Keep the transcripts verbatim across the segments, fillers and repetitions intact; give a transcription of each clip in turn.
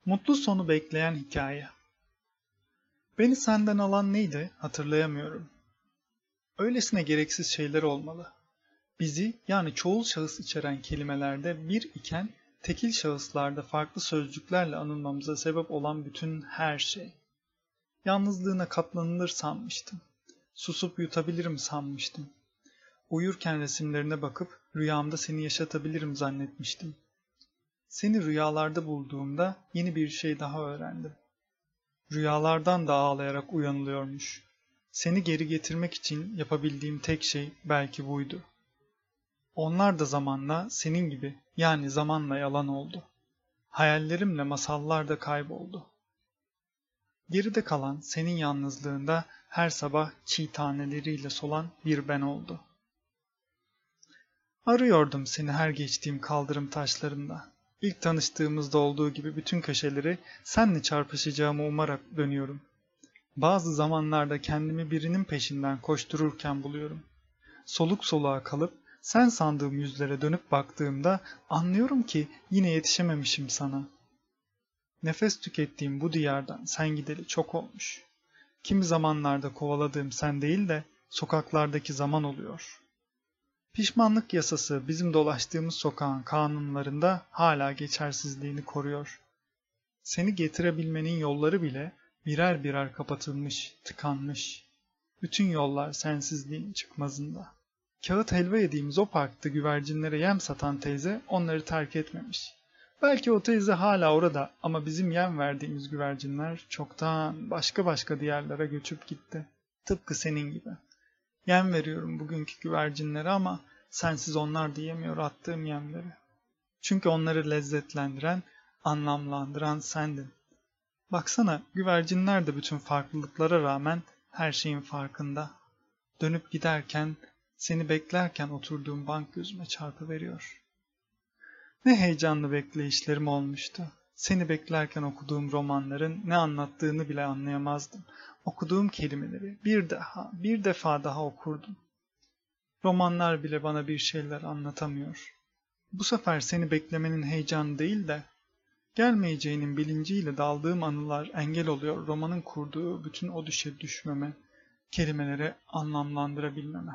Mutlu sonu bekleyen hikaye. Beni senden alan neydi hatırlayamıyorum. Öylesine gereksiz şeyler olmalı. Bizi yani çoğul şahıs içeren kelimelerde bir iken tekil şahıslarda farklı sözcüklerle anılmamıza sebep olan bütün her şey. Yalnızlığına katlanılır sanmıştım. Susup yutabilirim sanmıştım. Uyurken resimlerine bakıp rüyamda seni yaşatabilirim zannetmiştim. Seni rüyalarda bulduğumda yeni bir şey daha öğrendim. Rüyalardan da ağlayarak uyanılıyormuş. Seni geri getirmek için yapabildiğim tek şey belki buydu. Onlar da zamanla senin gibi yani zamanla yalan oldu. Hayallerimle masallar da kayboldu. Geride kalan senin yalnızlığında her sabah çiğ taneleriyle solan bir ben oldu. Arıyordum seni her geçtiğim kaldırım taşlarında. İlk tanıştığımızda olduğu gibi bütün köşeleri senle çarpışacağımı umarak dönüyorum. Bazı zamanlarda kendimi birinin peşinden koştururken buluyorum. Soluk soluğa kalıp sen sandığım yüzlere dönüp baktığımda anlıyorum ki yine yetişememişim sana. Nefes tükettiğim bu diyardan sen gideli çok olmuş. Kimi zamanlarda kovaladığım sen değil de sokaklardaki zaman oluyor. Pişmanlık yasası bizim dolaştığımız sokağın kanunlarında hala geçersizliğini koruyor. Seni getirebilmenin yolları bile birer birer kapatılmış, tıkanmış. Bütün yollar sensizliğin çıkmazında. Kağıt helva yediğimiz o parkta güvercinlere yem satan teyze onları terk etmemiş. Belki o teyze hala orada ama bizim yem verdiğimiz güvercinler çoktan başka başka diyarlara göçüp gitti. Tıpkı senin gibi. Yem veriyorum bugünkü güvercinlere ama sensiz onlar da yemiyor attığım yemleri. Çünkü onları lezzetlendiren, anlamlandıran sendin. Baksana güvercinler de bütün farklılıklara rağmen her şeyin farkında. Dönüp giderken, seni beklerken oturduğum bank gözüme çarpıveriyor. Ne heyecanlı bekleyişlerim olmuştu. Seni beklerken okuduğum romanların ne anlattığını bile anlayamazdım. Okuduğum kelimeleri bir daha, bir defa daha okurdum. Romanlar bile bana bir şeyler anlatamıyor. Bu sefer seni beklemenin heyecanı değil de, gelmeyeceğinin bilinciyle daldığım anılar engel oluyor romanın kurduğu bütün o düşe düşmeme, kelimeleri anlamlandırabilmeme.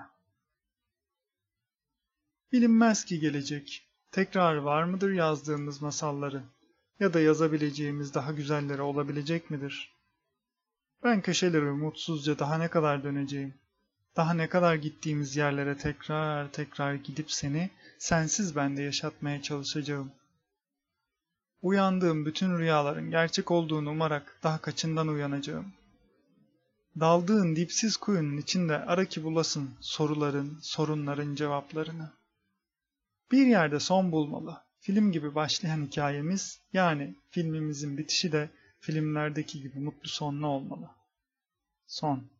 Bilinmez ki gelecek, tekrar var mıdır yazdığımız masalların ya da yazabileceğimiz daha güzelleri olabilecek midir? Ben köşeleri umutsuzca daha ne kadar döneceğim, daha ne kadar gittiğimiz yerlere tekrar tekrar gidip seni sensiz bende yaşatmaya çalışacağım. Uyandığım bütün rüyaların gerçek olduğunu umarak daha kaçından uyanacağım. Daldığın dipsiz kuyunun içinde ara ki bulasın soruların, sorunların cevaplarını. Bir yerde son bulmalı. Film gibi başlayan hikayemiz, yani filmimizin bitişi de filmlerdeki gibi mutlu sonlu olmalı. Son.